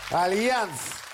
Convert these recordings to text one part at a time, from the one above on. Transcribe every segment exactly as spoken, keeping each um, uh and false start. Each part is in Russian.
Альянс.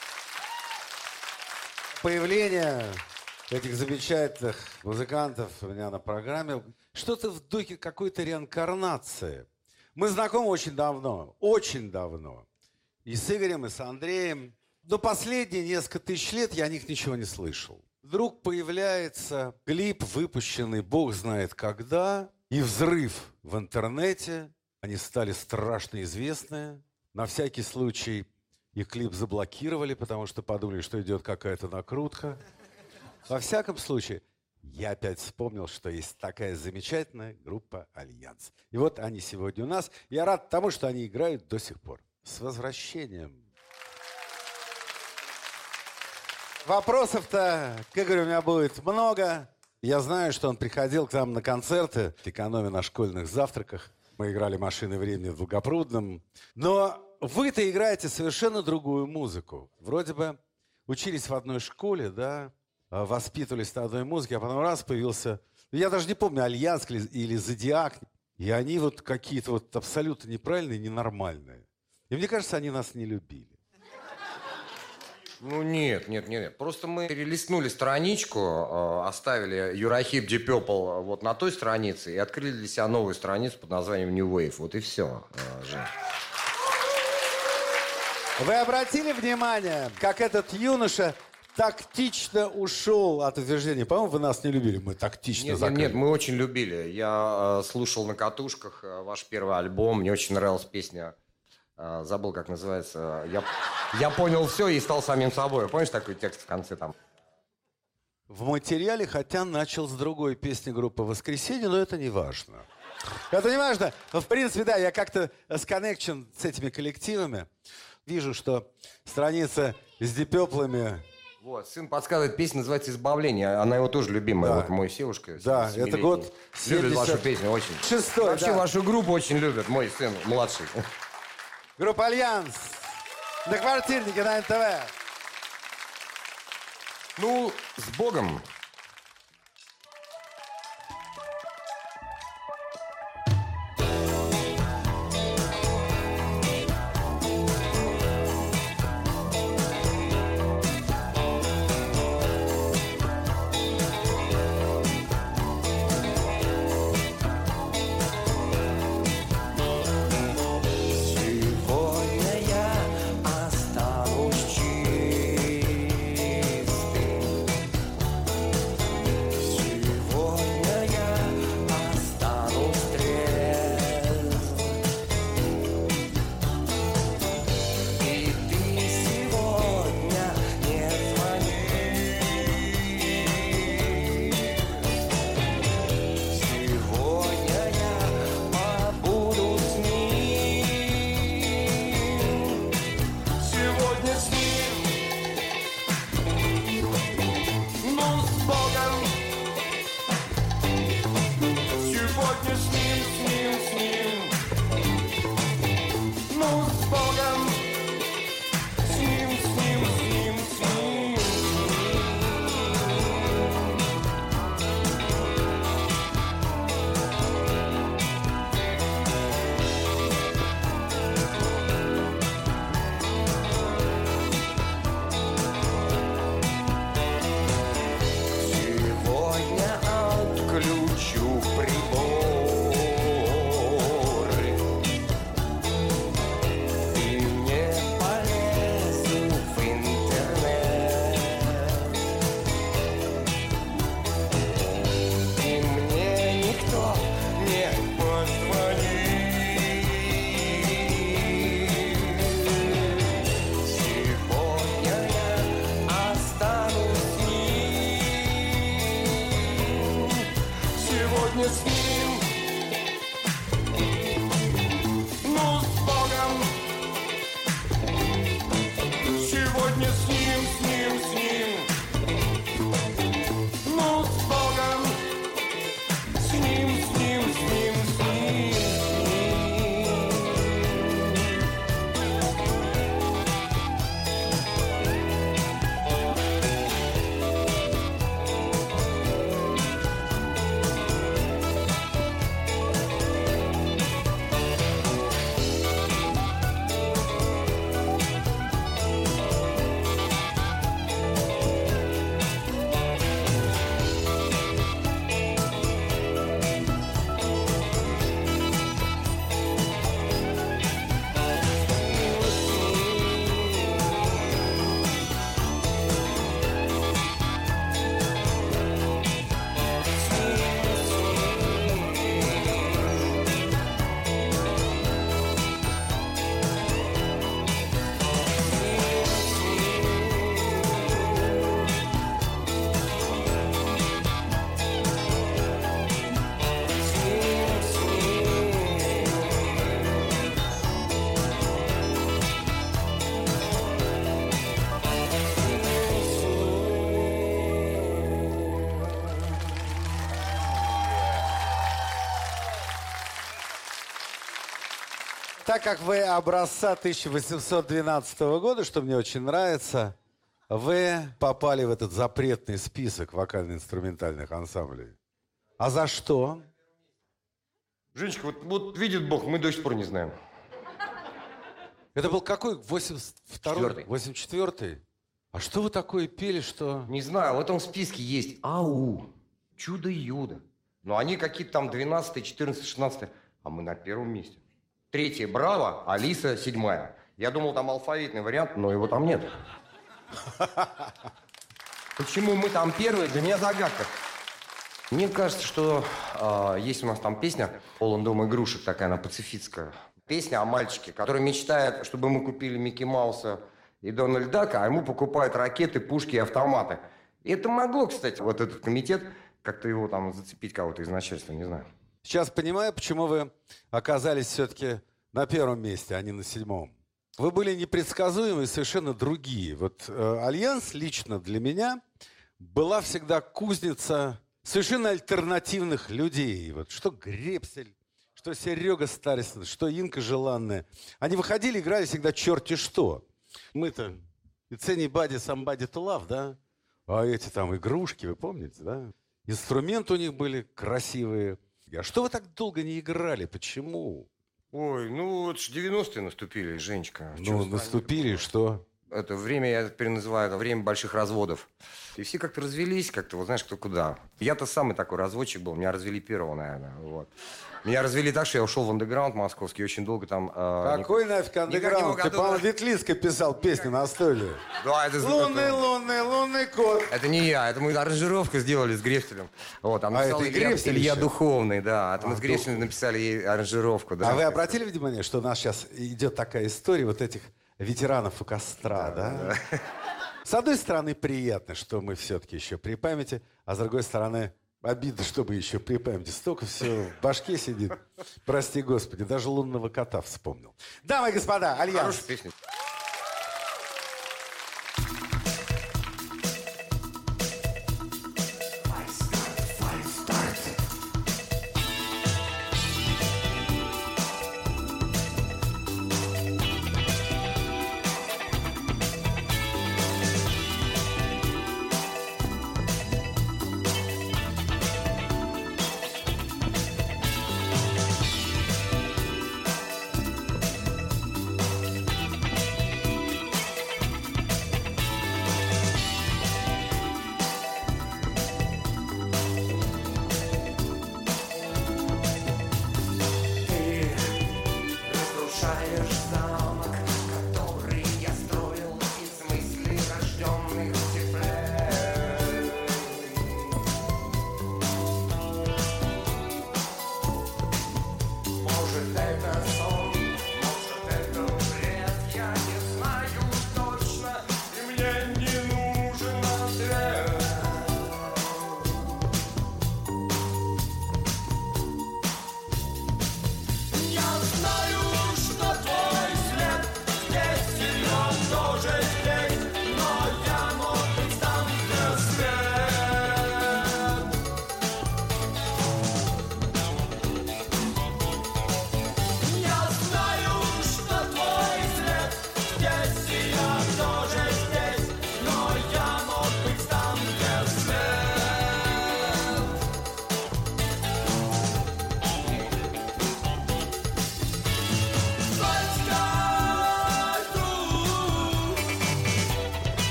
Появление этих замечательных музыкантов у меня на программе. Что-то в духе какой-то реинкарнации. Мы знакомы очень давно, очень давно. И с Игорем, и с Андреем. Но последние несколько тысяч лет я о них ничего не слышал. Вдруг появляется клип, выпущенный бог знает когда, и взрыв в интернете. Они стали страшно известны. На всякий случай и клип заблокировали, потому что подумали, что идет какая-то накрутка. Во всяком случае, я опять вспомнил, что есть такая замечательная группа «Альянс». И вот они сегодня у нас. Я рад тому, что они играют до сих пор. С возвращением. Вопросов-то к Игорю у меня будет много. Я знаю, что он приходил к нам на концерты, экономя на школьных завтраках. Мы играли «Машины времени» в Долгопрудном. Но вы-то играете совершенно другую музыку. Вроде бы учились в одной школе, да, воспитывались на одной музыке, а потом раз появился... Я даже не помню, «Альянс» или «Зодиак». И они вот какие-то вот абсолютно неправильные, ненормальные. И мне кажется, они нас не любили. Ну нет, нет, нет, нет. Просто мы перелистнули страничку, э, оставили Юрахип Deep Purple вот на той странице и открыли для себя новую страницу под названием New Wave. Вот и все, э, Жень. Вы обратили внимание, как этот юноша тактично ушел от утверждения? По-моему, вы нас не любили, мы тактично нет, закрыли. Нет, нет, мы очень любили. Я э, слушал на катушках э, ваш первый альбом, мне очень нравилась песня... Забыл, как называется. Я, я понял все и стал самим собой. Помнишь такой текст в конце там? В материале, хотя начал с другой песни группы «Воскресенье», но это не важно. Это не важно. В принципе, да, я как-то сконнекчен с этими коллективами. Вижу, что страница с Deep Purple'ами... Вот, сын подсказывает, песня называется «Избавление». Она его тоже любимая, да. Вот мой Севушка. Да, это год семьдесят... Любит вашу песню очень. Шестой, Вообще да. вашу группу очень любит мой сын, младший. Группа «Альянс» на Квартирнике на эн тэ вэ. Ну, с Богом. Так как вы образца тысяча восемьсот двенадцатого года, что мне очень нравится, вы попали в этот запретный список вокально-инструментальных ансамблей. А за что? Женечка, вот, вот видит Бог, мы до сих пор не знаем. Это был какой? восемьдесят второй? Четвертый. восемьдесят четвёртый? А что вы такое пели, что... Не знаю, в этом списке есть АУ, Чудо-Юдо. Но они какие-то там двенадцатые, четырнадцатые, шестнадцатые. А мы на первом месте. Третье Браво, Алиса седьмая. Я думал, там алфавитный вариант, но его там нет. Почему мы там первые, для меня загадка. Мне кажется, что э, есть у нас там песня «Полон дом игрушек», такая, она пацифистская. Песня о мальчике, который мечтает, чтобы мы купили Микки Мауса и Дональд Дака, а ему покупают ракеты, пушки и автоматы. И это могло, кстати, вот этот комитет, как-то его там зацепить кого-то из начальства, не знаю. Сейчас понимаю, почему вы оказались все-таки на первом месте, а не на седьмом. Вы были непредсказуемы и совершенно другие. Вот э, Альянс лично для меня была всегда кузница совершенно альтернативных людей. Вот что Гребсель, что Серега Старостин, что Инка Желанная. Они выходили, играли всегда черти что. Мы-то It's anybody, somebody to love, да? А эти там игрушки, вы помните, да? Инструменты у них были красивые. А что вы так долго не играли? Почему? Ой, ну вот ж девяностые наступили, Женечка. Ну, наступили, что? Это время, я теперь называю, это время больших разводов. И все как-то развелись, как-то, вот знаешь, кто куда. Я-то самый такой разводчик был, меня развели первого, наверное, вот. Меня развели так, что я ушел в андеграунд московский, очень долго там... Э, Какой ник... нафиг андеграунд? Ты, по-моему, Ветлицкий писал песню на столе. Да, это... Лунный, это... лунный, лунный кот. Это не я, это мы аранжировку сделали с Гребселем. Вот, там а написал это Илья, Гребсель Илья еще? Духовный, да. Это а, мы с Гребселем написали ей аранжировку, да. А вы обратили внимание, что у нас сейчас идет такая история вот этих ветеранов у костра, да? да? да. С одной стороны, приятно, что мы все-таки еще при памяти, а с другой стороны, обидно, чтобы еще при памяти. Столько все в башке сидит. Прости господи, даже лунного кота вспомнил. Дамы и господа, Альянс. Хорошая песня.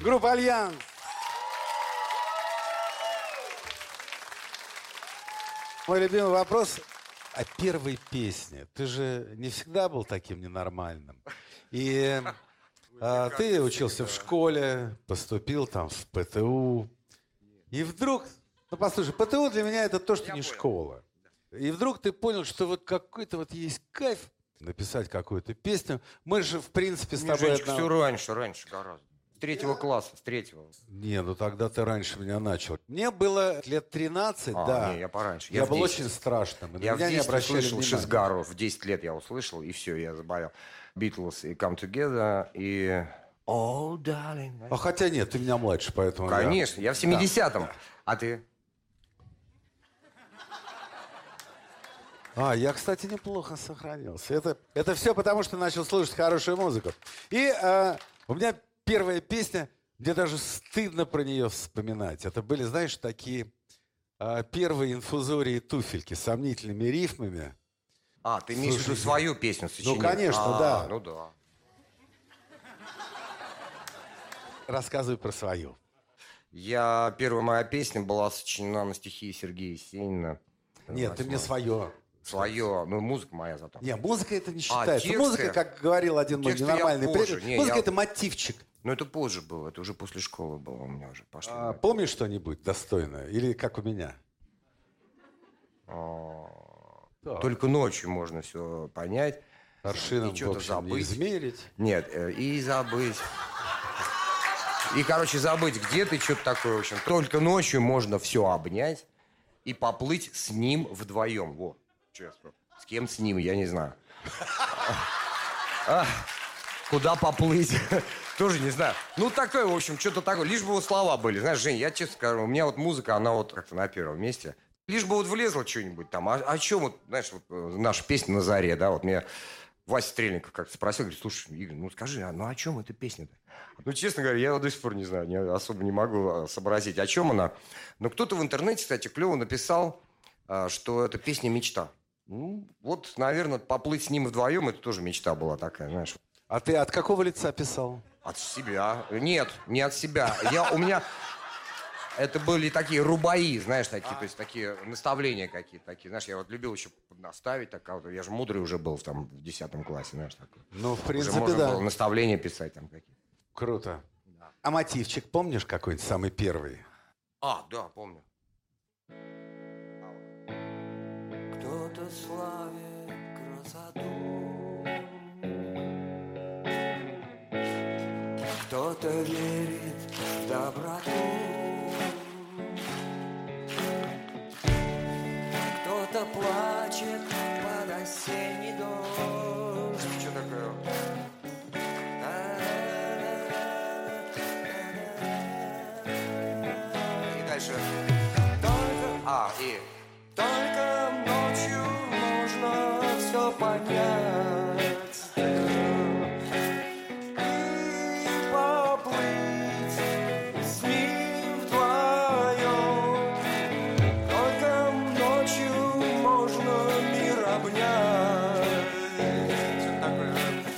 Группа «Альянс». Мой любимый вопрос о первой песне. Ты же не всегда был таким ненормальным. И а, ты учился в школе, поступил там в ПТУ. И вдруг, ну послушай, ПТУ для меня это то, что не школа. И вдруг ты понял, что вот какой-то вот есть кайф написать какую-то песню. Мы же, в принципе, с Не, тобой... Женечка, одна- все раньше, раньше гораздо. С третьего класса, с третьего. Не, ну тогда ты раньше меня начал. Мне было лет тринадцать, А, да. не, я пораньше. Я, Я в был десять. очень страшным. и на Я в меня не десять обращали услышал внимания. Шизгару, в десять лет я услышал, и все, я заболел. Beatles и Come Together, и... Oh, darling. А хотя нет, ты меня младше, поэтому... я- Конечно, я в семидесятом. А ты? А, я, кстати, неплохо сохранился. Это, это все потому, что начал слушать хорошую музыку. И э, у меня первая песня, мне даже стыдно про нее вспоминать. Это были, знаешь, такие э, первые инфузории туфельки с сомнительными рифмами. А, ты имеешь в виду Слушай, свою песню сочинил? конечно, А, да. Ну да. Рассказывай про свою. Я, первая моя песня была сочинена на стихи Сергея Есенина. Нет, ты мне свое. Свое, ну музыка моя зато. Не, музыка это не считается. тексты? Музыка, как говорил один мой Тексты я ненормальный позже. приятель, Не, музыка я- это мотивчик. Но это позже было, это уже после школы было у меня уже пошло. А, помнишь что-нибудь достойное? Или как у меня? Так. Только ночью можно все понять. Аршином, и в что-то общем, не забыть. измерить. Нет, э, и забыть. И, короче, забыть, где ты, что-то такое, в общем. Только ночью можно все обнять и поплыть с ним вдвоем. Во, что я спрашиваю? С кем с ним, я не знаю. А, Куда поплыть? Тоже не знаю. Ну, такое, в общем, что-то такое. Лишь бы вот слова были. Знаешь, Жень, я честно скажу, у меня вот музыка, она вот как-то на первом месте. Лишь бы вот влезло что-нибудь там. А о чем вот, знаешь, вот э, наша песня «На заре», да, вот мне Вася Стрельников как-то спросил, говорит, слушай, Игорь, ну скажи, а ну о чем эта песня-то? Ну, честно говоря, я его до сих пор не знаю, не, особо не могу а, сообразить, о чем она. Но кто-то в интернете, кстати, клево написал, а, что это песня «Мечта». Ну, вот, наверное, поплыть с ним вдвоем, это тоже мечта была такая, знаешь. А ты от какого лица писал? От себя. Нет, не от себя. Я, у меня... Это были такие рубаи, знаешь, такие, то есть такие наставления какие-то такие. Знаешь, я вот любил еще наставить, так, а вот я же мудрый уже был там в десятом классе, знаешь, такой. Ну, в Уже принципе, можно да. было наставления писать там какие-то. Круто. А мотивчик помнишь какой-нибудь самый первый? А, да, помню. Кто-то славит красоту, кто-то верит в доброту, кто-то плачет под осенний дождь. Что такое? И дальше. Только... А, и... Только ночью можно все понять и поплыть с ним вдвоем. Только ночью можно мир обнять. Что такое?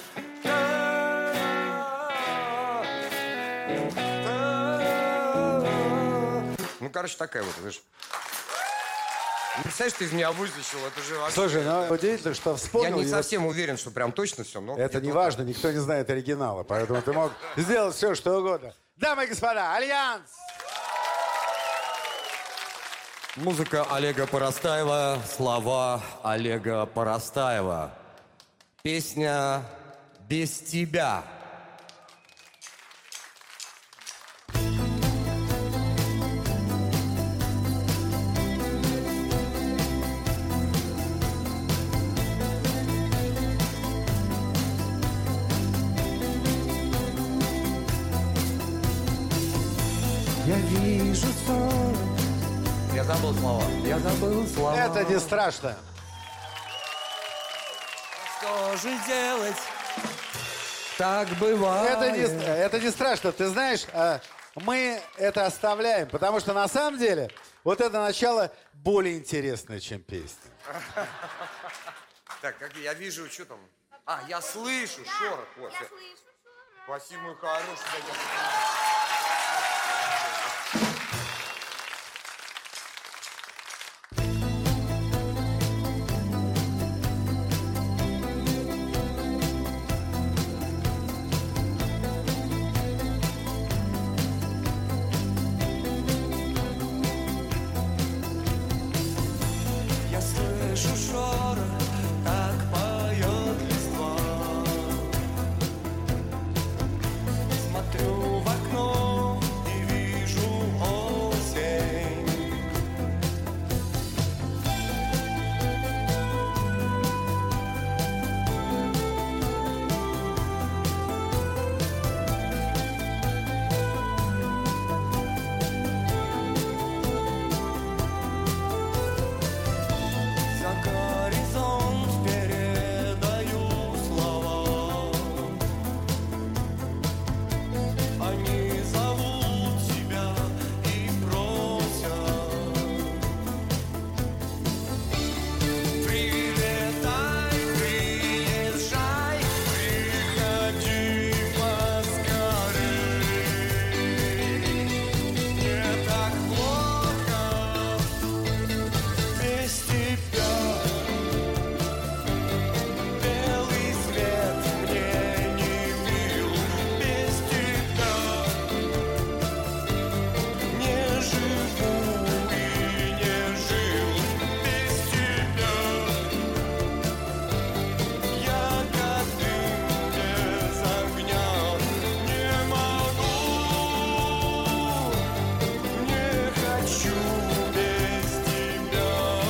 Ну, короче, такая вот, знаешь. Ну, представляешь, ты из меня вытащил, это же вообще... Слушай, ну удивительно, что Я вспомнил. не и совсем уверен, что прям точно все, но... Это где-то не вот важно, никто не знает оригинала, поэтому ты мог сделать все, что угодно. Дамы и господа, Альянс! Музыка Олега Поростаева, слова Олега Поростаева. Песня «Без тебя». Я вижу сон. Я забыл слова. Я забыл слова. Это не страшно. Что же делать? Так бывает. Это не, это не страшно. Ты знаешь, а, мы это оставляем, потому что на самом деле вот это начало более интересное, чем песня. Так, как я вижу, что там? А, я слышу шорох. Вот, Я всё. слышу. Спасибо, мой хороший. Я слышу шорох, так поет листва. Смотрю в окно и вижу осень. За горизонт передаю слова. Они зовут тебя и просят: прилетай, приезжай, приходи поскорей. Не так плохо без тебя. Белый свет мне не мил без тебя. Не живу и не жил без тебя. Я как дым без огня не могу, не хочу без тебя.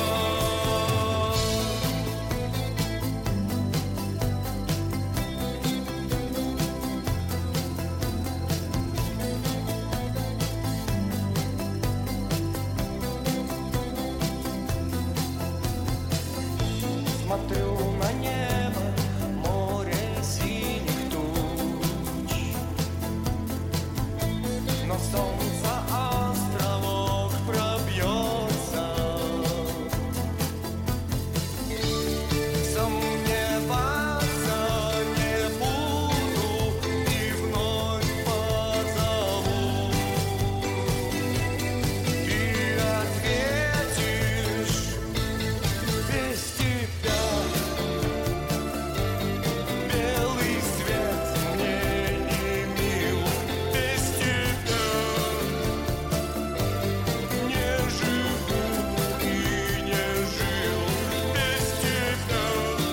Смотрю на небо, море синих туч, но солнце островок пробьется. Сомневаться не буду и вновь позову. И ответишь без тебя. Белый свет мне не мил без тебя. Не живу и не жил без тебя.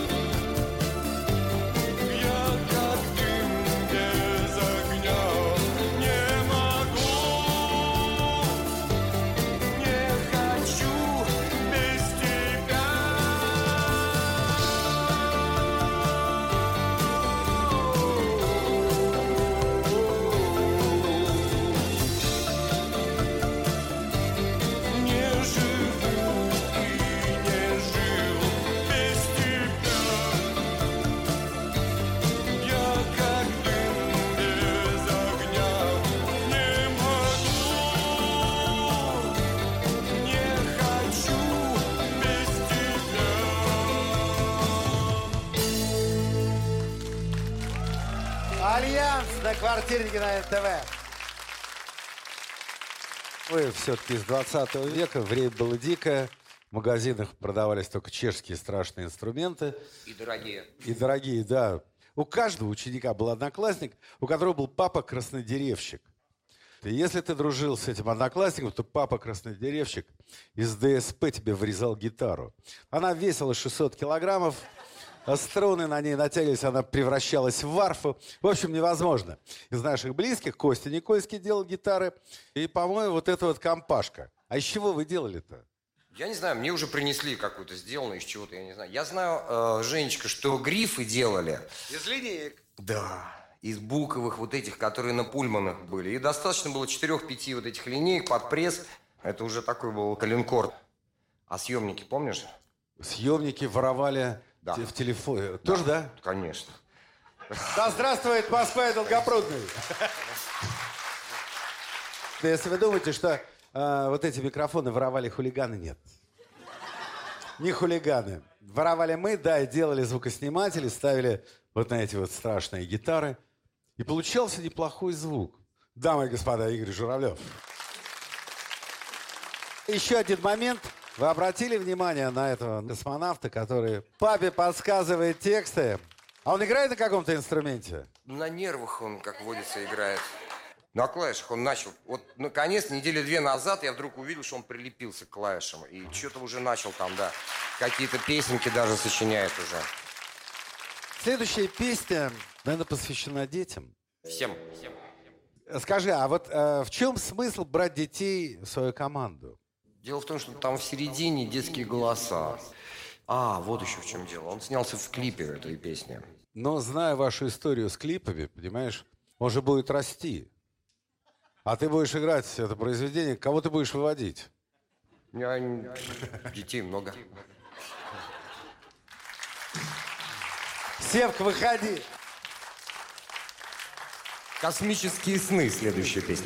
Я как дым без огня не могу, не хочу без тебя. Не живу и не жил без тебя. Я как дым без огня не могу, не хочу без тебя. Альянс на квартирнике на эн тэ вэ. Вы все-таки из двадцатого века, время было дикое. В магазинах продавались только чешские страшные инструменты. И дорогие. И дорогие, да. У каждого ученика был одноклассник, у которого был папа-краснодеревщик. И если ты дружил с этим одноклассником, то папа-краснодеревщик из дэ эс пэ тебе врезал гитару. Она весила шестьсот килограммов, а струны на ней натягивались, она превращалась в арфу. В общем, невозможно. Из наших близких Костя Никольский делал гитары. И, по-моему, вот эта вот компашка. А из чего вы делали-то? Я не знаю, мне уже принесли какую-то сделанную из чего-то, я не знаю. Я знаю, э, Женечка, что грифы делали. Из линеек. Да. Из буковых вот этих, которые на пульманах были. И достаточно было четырех-пяти вот этих линеек под пресс. Это уже такой был коленкор. А съемники, помнишь? Съемники воровали Да. в телефоне. Тоже, да? Конечно. Да здравствует Москва и Долгопрудный. Да, если вы думаете, что э, вот эти микрофоны воровали хулиганы, нет. Не хулиганы. Воровали мы, да, и делали звукосниматели, ставили вот на эти вот страшные гитары. И получался неплохой звук. Дамы и господа, Игорь Журавлев. Еще один момент. Вы обратили внимание на этого космонавта, который папе подсказывает тексты? А он играет на каком-то инструменте? На нервах он, как водится, играет. На клавишах он начал. Вот, наконец, недели две назад я вдруг увидел, что он прилепился к клавишам. И что-то уже начал там, да. Какие-то песенки даже сочиняет уже. Следующая песня, наверное, посвящена детям. Всем. Всем. Скажи, а вот э, в чем смысл брать детей в свою команду? Дело в том, что там в середине детские голоса. А, вот еще в чем дело. Он снялся в клипе этой песни. Но зная вашу историю с клипами, понимаешь, он же будет расти. А ты будешь играть это произведение, кого ты будешь выводить? У меня детей много. Севка, выходи! «Космические сны» — следующая песня.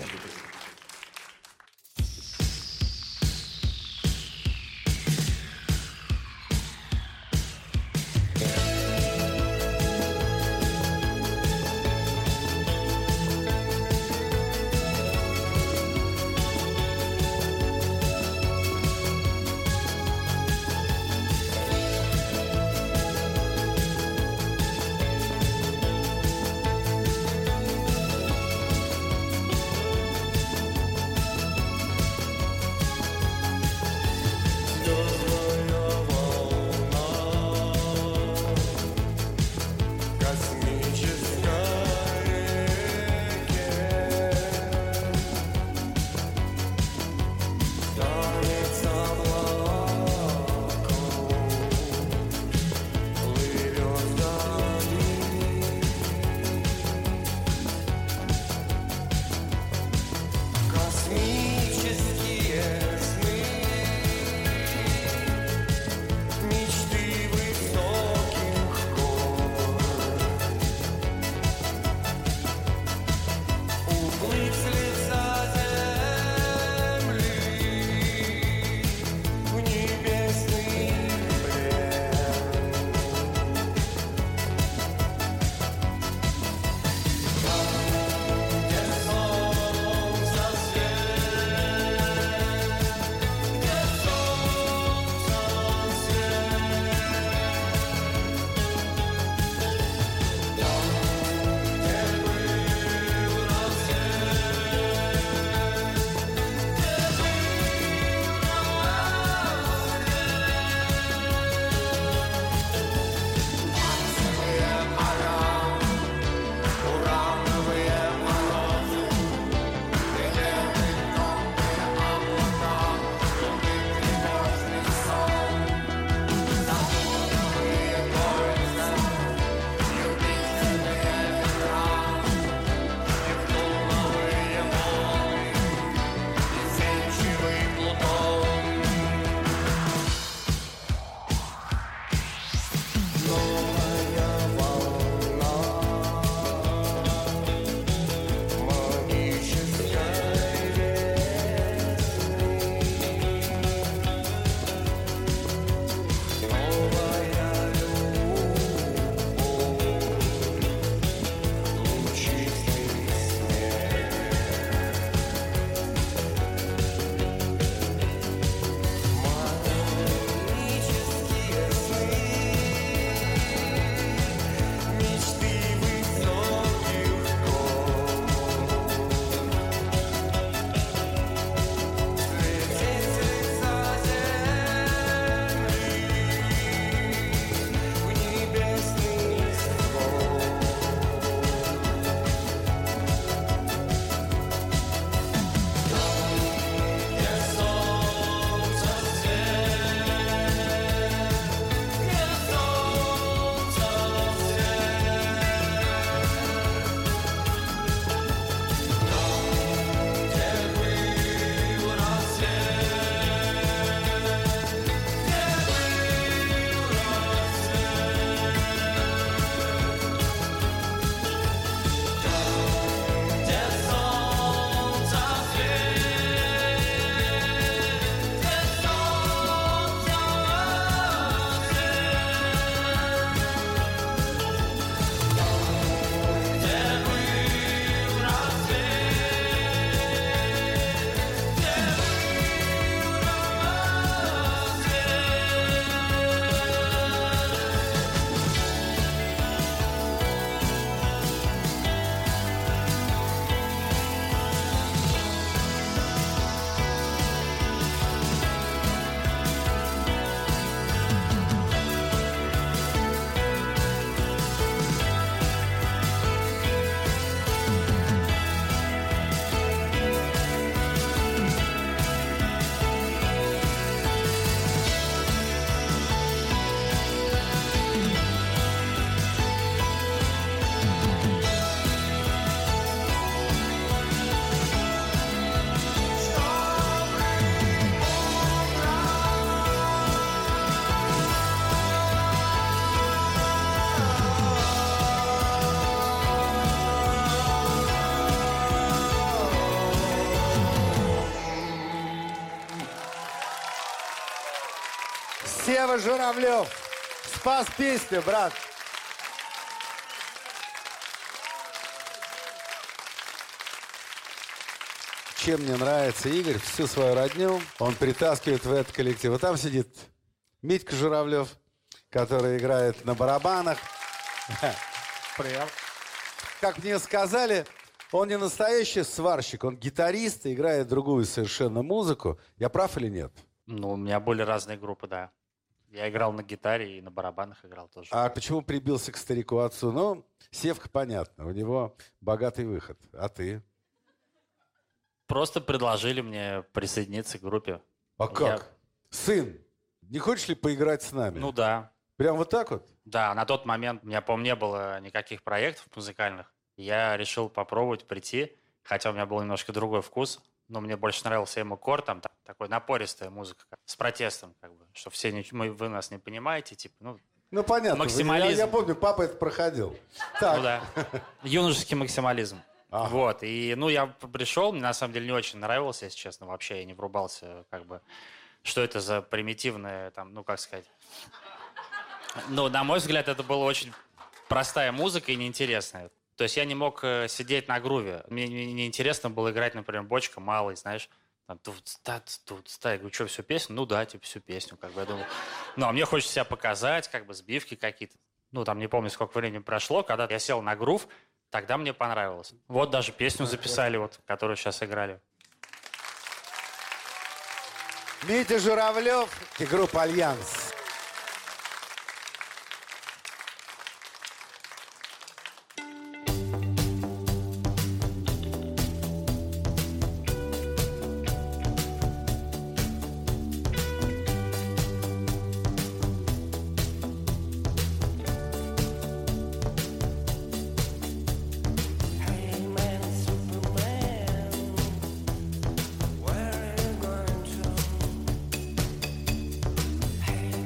Сева Журавлев спас песню, брат. Чем мне нравится Игорь, всю свою родню он притаскивает в этот коллектив. Вот там сидит Митька Журавлев, который играет на барабанах. Привет. Как мне сказали, он не настоящий сварщик, он гитарист и играет другую совершенно музыку. Я прав или нет? Ну, у меня были разные группы, да. Я играл на гитаре и на барабанах играл тоже. А почему прибился к старику отцу? Ну, Севка, понятно, у него богатый выход. А ты? Просто предложили мне присоединиться к группе. А как? Сын, не хочешь ли поиграть с нами? Ну да. Прям вот так вот? Да, на тот момент у меня, по-моему, не было никаких проектов музыкальных. Я решил попробовать прийти, хотя у меня был немножко другой вкус. Но мне больше нравился ему кор, там та- такой напористая музыка, как- с протестом, как бы, что все не, мы, вы нас не понимаете, типа, ну, Ну, понятно. Максимализм. Я, я помню, папа это проходил. Так. ну да, юношеский максимализм. Ага. Вот, и, ну, я пришел, мне на самом деле не очень нравился, если честно, вообще я не врубался, как бы, что это за примитивное, там, ну, как сказать. Ну, на мой взгляд, это была очень простая музыка и неинтересная. То есть я не мог э, сидеть на груве. Мне не- неинтересно было играть, например, бочка малый, знаешь, там, тут, стат, тут, стат. Я говорю, что, всю песню? Ну да, типа, всю песню, как бы, я думал. Ну, а мне хочется себя показать, как бы, сбивки какие-то. Ну, там, не помню, сколько времени прошло, когда я сел на грув, тогда мне понравилось. Вот даже песню записали, вот, которую сейчас играли. Митя Журавлев и группа «Альянс». Hey man, Superman, where are you going to? Hey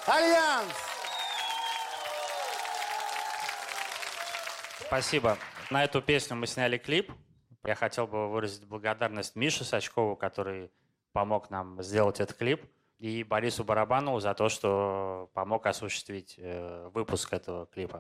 Альянс! Спасибо. На эту песню мы сняли клип. Я хотел бы выразить благодарность Мише Сачкову, который помог нам сделать этот клип, и Борису Барабанову за то, что помог осуществить э, выпуск этого клипа.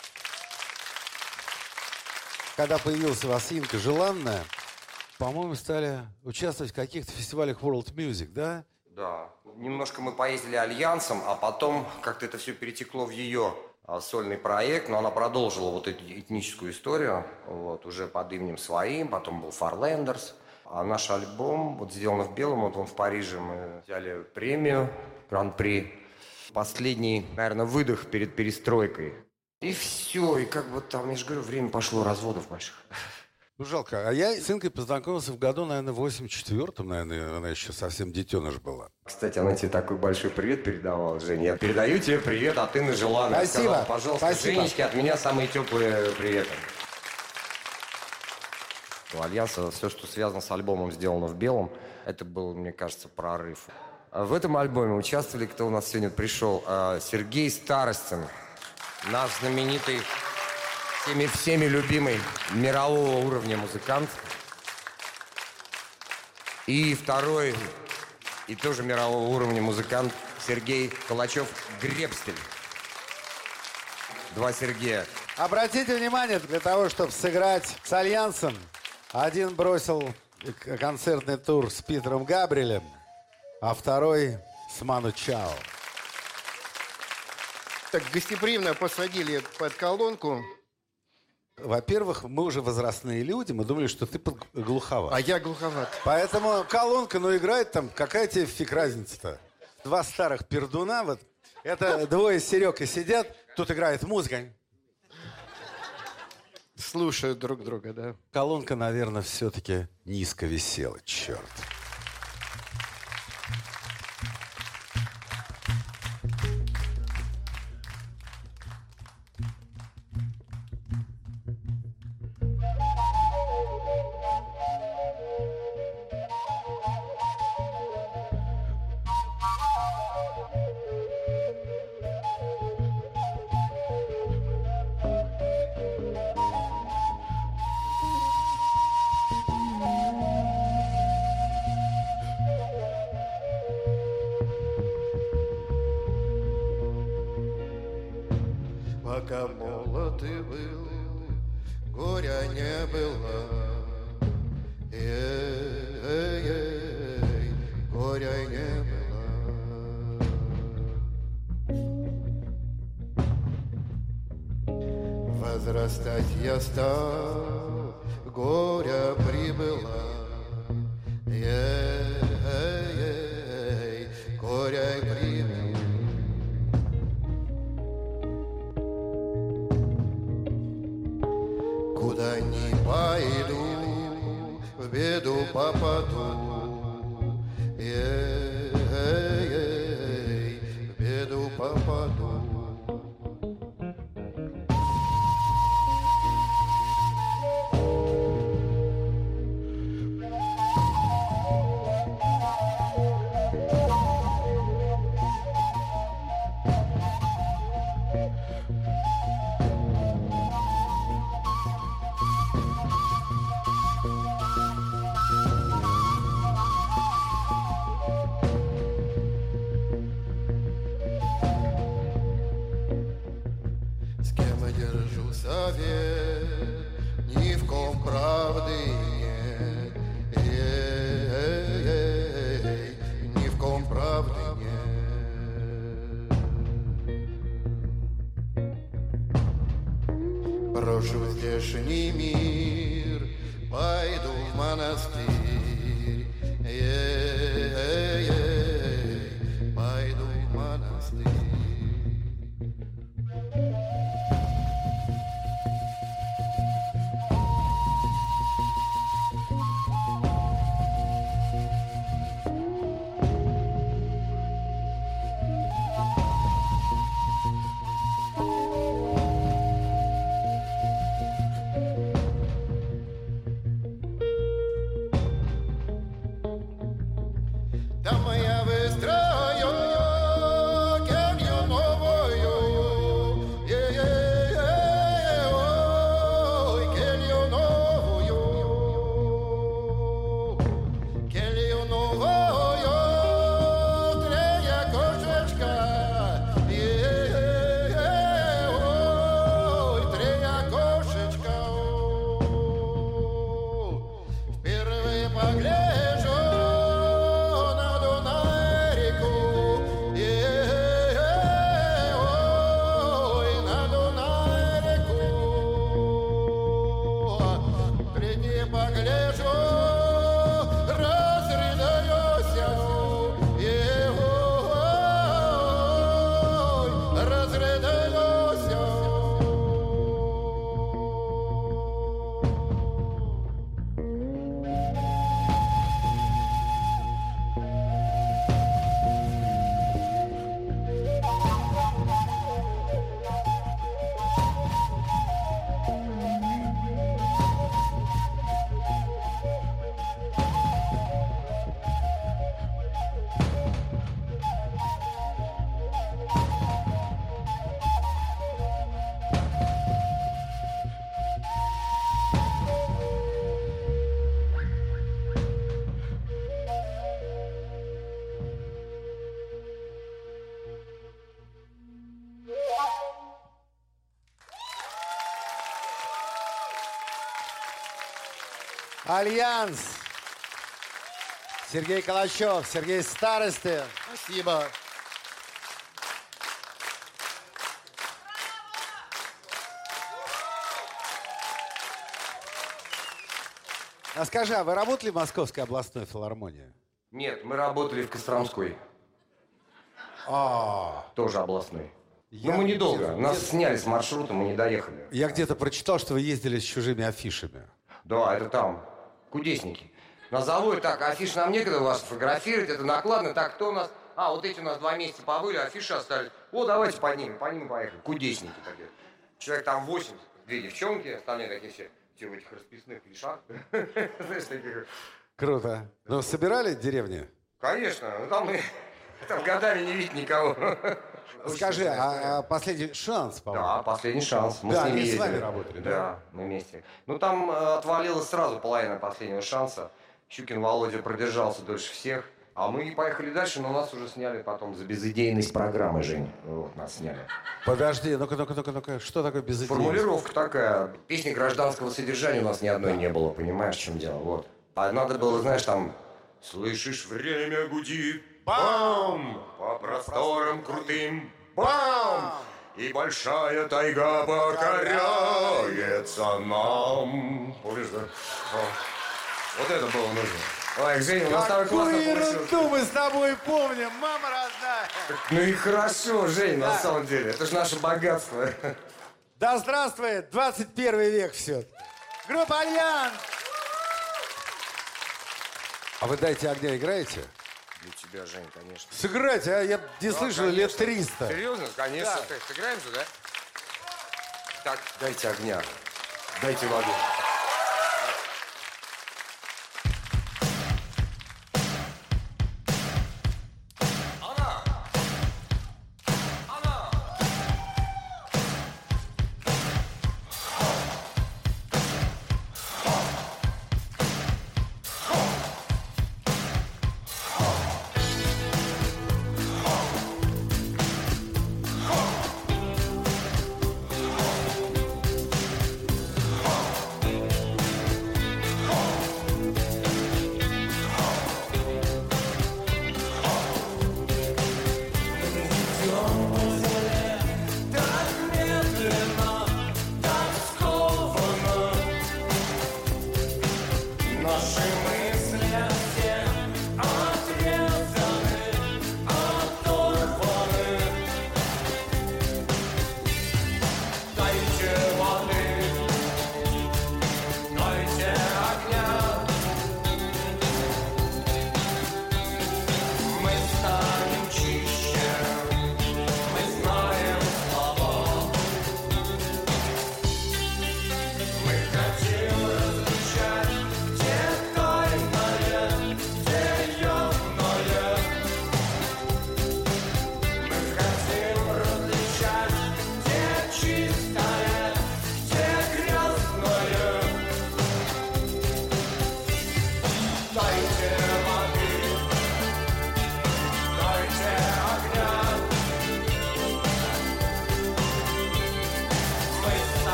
Когда появилась у вас Инка Желанная, по-моему, стали участвовать в каких-то фестивалях World Music, да? Да. Немножко мы поездили Альянсом, а потом как-то это все перетекло в ее а, сольный проект, но она продолжила вот эту этническую историю, вот, уже под именем своим, потом был Far-Landers. А наш альбом, вот «Сделано в белом», вот он в Париже, мы взяли премию, гран-при. Последний, наверное, выдох перед перестройкой. И все, и как бы там, я же говорю, время пошло разводов больших. Ну, жалко. А я с Инкой познакомился в году, наверное, в восемьдесят четвёртом, наверное, она еще совсем детеныш была. Кстати, она тебе такой большой привет передавала, Женя. Я передаю тебе привет от Инны Желанной. Спасибо. Сказала, пожалуйста, Спасибо. Женечке, от меня самые теплые приветы. У Альянса все, что связано с альбомом «Сделано в белом», это был, мне кажется, прорыв. А в этом альбоме участвовали, кто у нас сегодня пришел, а, Сергей Старостин, наш знаменитый, всеми, всеми любимый мирового уровня музыкант. И второй, и тоже мирового уровня музыкант Сергей Калачев-Гребстель. Два Сергея. Обратите внимание, для того, чтобы сыграть с Альянсом, один бросил к- концертный тур с Питером Габриэлем, а второй с Ману Чао. Так гостеприимно посадили под колонку, Во-первых, мы уже возрастные люди, мы думали, что ты под- глуховат. а я глуховат. Поэтому колонка, ну, играет там, какая тебе фиг разница-то? Два старых пердуна, вот, это двое Серега сидят, тут играет музыка. Слушают друг друга, да. Колонка, наверное, все-таки низко висела, черт. Пока молод ты был, горя не было. Эй-эй-эй, горя не было. Возрастать я стал, горя прибыло. Эй-эй-эй, горя прибыло. Куда ни пойду, в беду попаду. Эй-эй-эй, в беду попаду. С кем я держу совет, ни в ком правды нет. Эй-эй-эй, ни в ком правды нет. Брошу здешний мир, пойду в монастырь. Эй-эй-эй, пойду в монастырь. Альянс. Сергей Калачев, Сергей Старосты. Спасибо. А скажи, а вы работали в Московской областной филармонии? Нет, мы работали в Костромской. А, Тоже областной. Я Но мы недолго. где-то- Нас где-то- сняли с маршрута, мы не доехали. я где-то прочитал, что вы ездили с чужими афишами. Да, это там. Кудесники. На заводе так, афиш нам некогда вас фотографировать, это накладно. Так, кто у нас? А, вот эти у нас два месяца побыли, афиши остались. О, давайте поднимем, поднимем, поехали. Кудесники такие. Человек там восемь, две девчонки, остальные такие все, все в этих расписных клишах. Знаешь, таких. Круто. Ну, собирали деревни? Конечно, ну там мы там годами не видит никого. Скажи, Очень а, а последний шанс, по-моему? Да, последний шанс. Мы Да, с ними они с ездили. вами работали, да? Да, мы вместе. Ну, там э, отвалилась сразу половина последнего шанса. Щукин Володя продержался дольше всех. А мы поехали дальше, но нас уже сняли потом за безыдейность программы, Жень. Вот, нас сняли. Подожди, ну-ка, ну-ка, ну-ка, ну-ка. Что такое безыдейность? Формулировка такая. Песни гражданского содержания у нас ни одной не было, понимаешь, в чем дело? Вот. А надо было, знаешь, там... Слышишь, время гудит, бам! По просторам крутым, бам! И большая тайга покоряется нам. Помнишь, да? О. Вот это было нужно. Ой, Женя, у нас с тобой классно Какую получилось. ерунду мы с тобой помним, мама родная. Ну и хорошо, Жень, на самом деле. Это же наше богатство. Да здравствует двадцать первый век все. Группа Альянс. А вы «Дайте огня» играете? Для тебя, Жень, конечно. Сыграйте, а я не слышал лет триста. Серьезно? Конечно. Да. Сыграем же, да? Так, дайте огня. Дайте воды.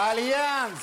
Альянс!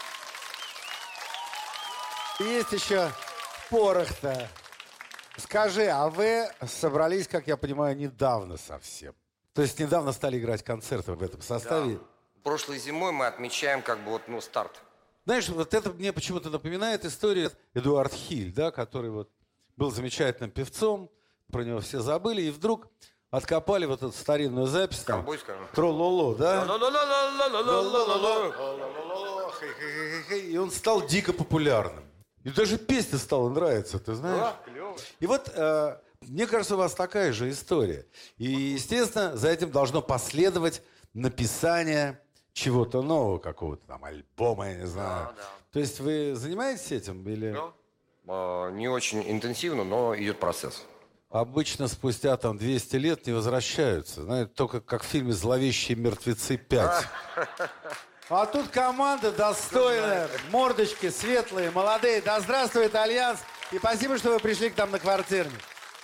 Есть еще порох-то. Скажи, а вы собрались, как я понимаю, недавно совсем? То есть недавно стали играть концерты в этом составе? Да. Прошлой зимой мы отмечаем как бы вот, ну, старт. Знаешь, вот это мне почему-то напоминает историю Эдуард Хиль, да, который вот был замечательным певцом, про него все забыли, и вдруг откопали вот эту старинную запись. там, Ковбойская. Трололо, да? Ла-ла-ла-ла-ла-ла-ла-ла-ла. И он стал дико популярным. И даже песня стала нравиться, ты знаешь? Да, клево. И вот, э, мне кажется, у вас такая же история. И, естественно, за этим должно последовать написание чего-то нового, какого-то там альбома, я не знаю. Да, да. То есть вы занимаетесь этим или... Да. А, Не очень интенсивно, но идет процесс. Обычно спустя там двести лет не возвращаются. Знаете, только как в фильме «Зловещие мертвецы пять». А тут команда достойная, мордочки светлые, молодые. Да здравствует Альянс. И спасибо, что вы пришли к нам на квартирник.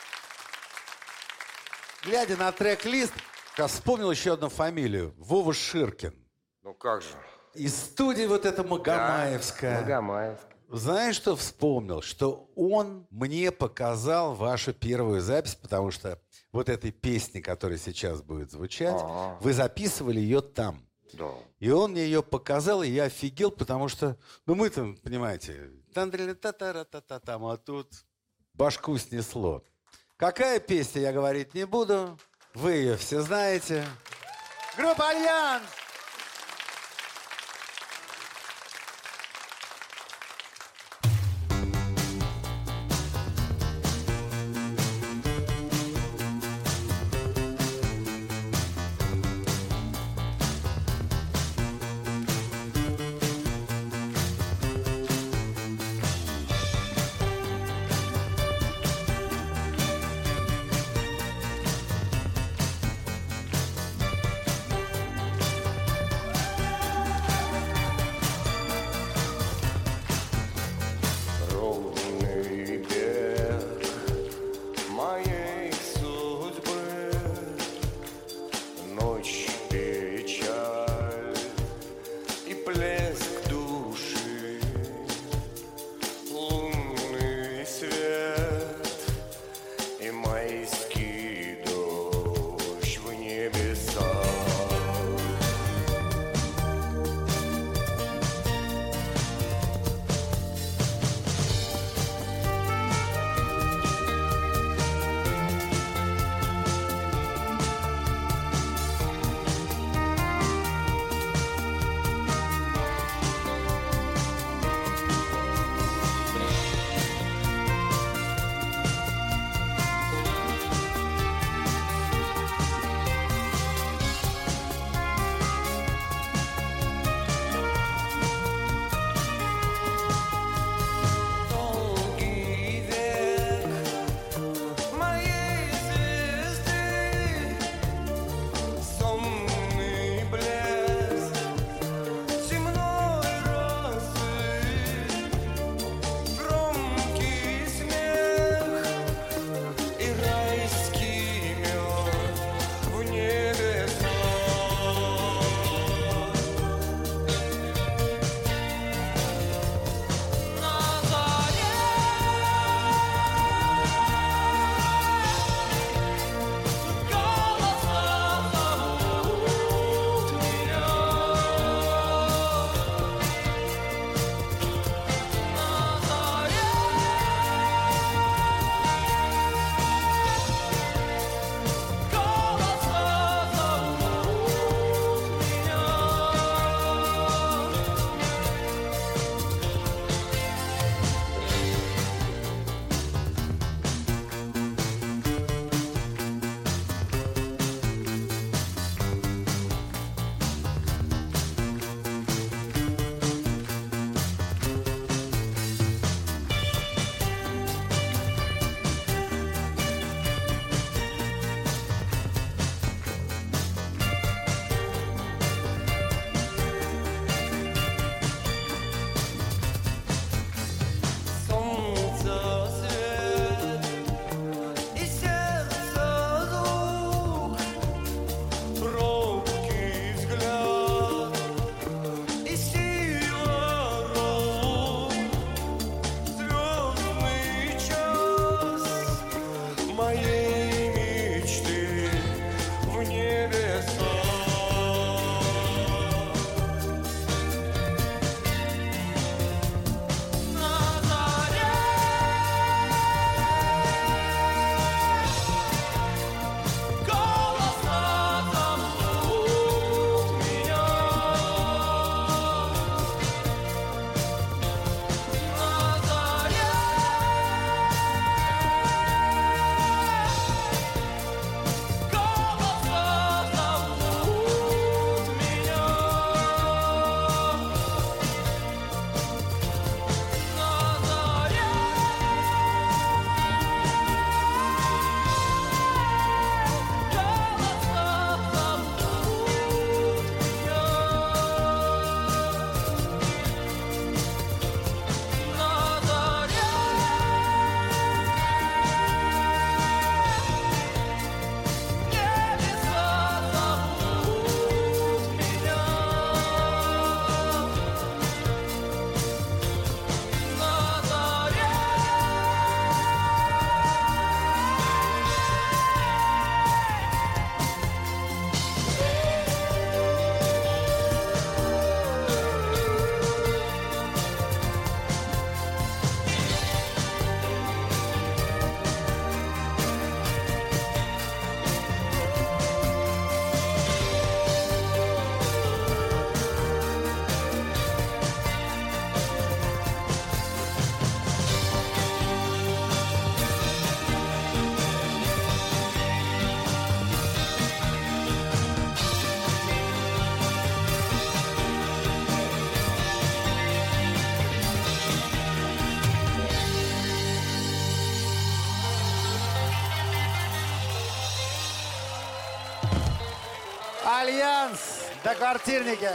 Глядя на трек-лист, я вспомнил еще одну фамилию. Вова Ширкин. Ну как же? Из студии вот эта Магомаевская. Магомаевская. Знаешь, что вспомнил? Что он мне показал вашу первую запись, потому что вот этой песни, которая сейчас будет звучать, А-а. вы записывали ее там. Да. И он мне ее показал, и я офигел, потому что, ну мы-то, понимаете, там, а тут башку снесло. Какая песня, я говорить не буду. Вы ее все знаете. Группа «Альянс». Альянс до квартирника.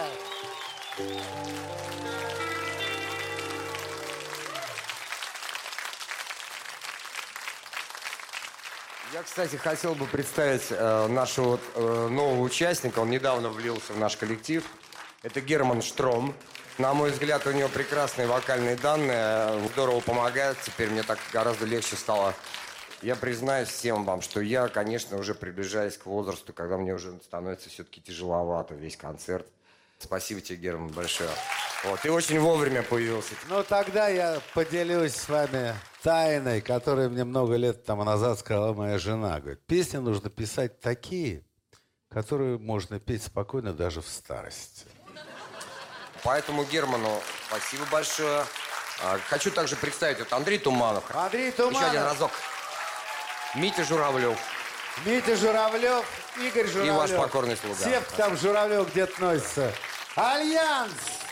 Я, кстати, хотел бы представить э, нашего вот, э, нового участника. Он недавно влился в наш коллектив. Это Герман Штром. На мой взгляд, у него прекрасные вокальные данные. Здорово помогает. Теперь мне так гораздо легче стало. Я признаюсь всем вам, что я, конечно, уже приближаюсь к возрасту, когда мне уже становится все-таки тяжеловато весь концерт. Спасибо тебе, Герман, большое. Вот, ты очень вовремя появился. Ну, тогда я поделюсь с вами тайной, которую мне много лет тому назад сказала моя жена. Говорит, песни нужно писать такие, которые можно петь спокойно даже в старости. Поэтому Герману спасибо большое. А, Хочу также представить, вот Андрей Туманов. Андрей Еще один Туманов, разок. Митя Журавлев. Митя Журавлев, Игорь Журавлев. И ваш покорный слуга. Севка там Журавлев где-то носится. Альянс!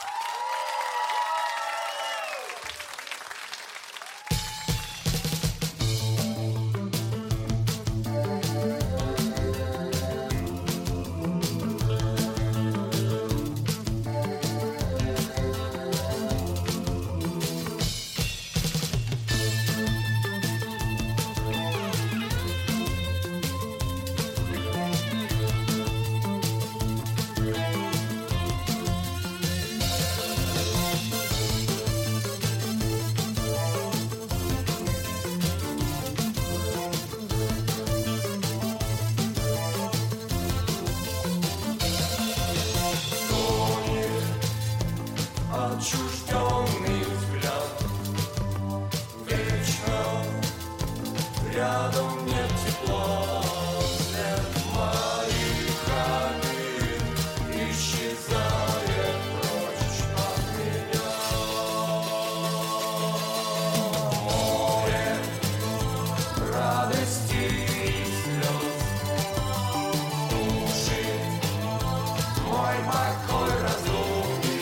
Отчужденный взгляд. Вечно рядом нет тепла. След моих обид исчезает прочь от меня. Море радости и слез душит мой покой разум.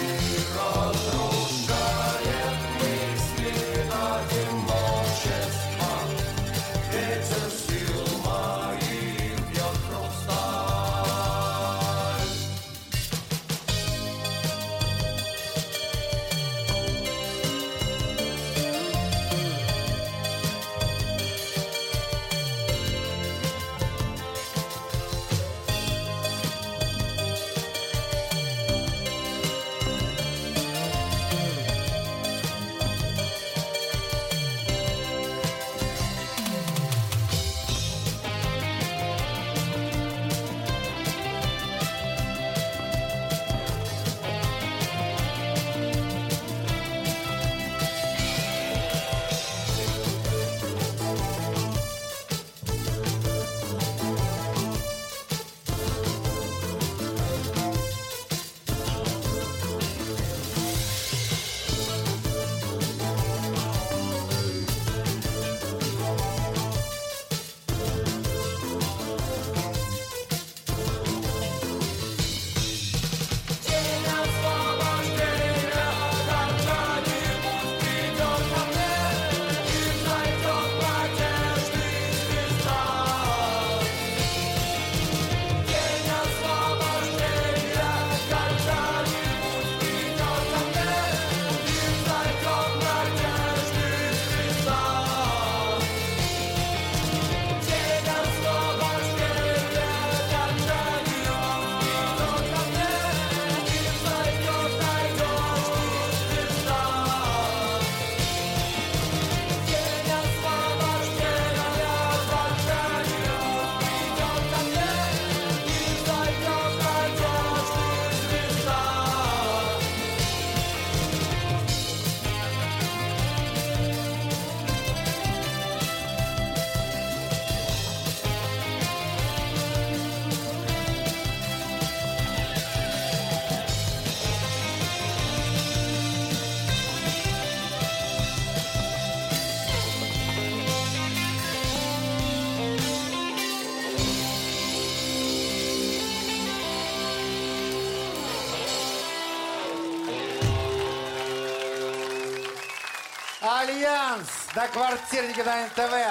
Альянс до квартирника на эн тэ вэ.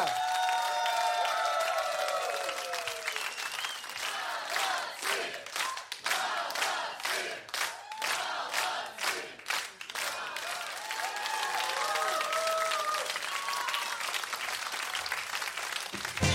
Спасибо.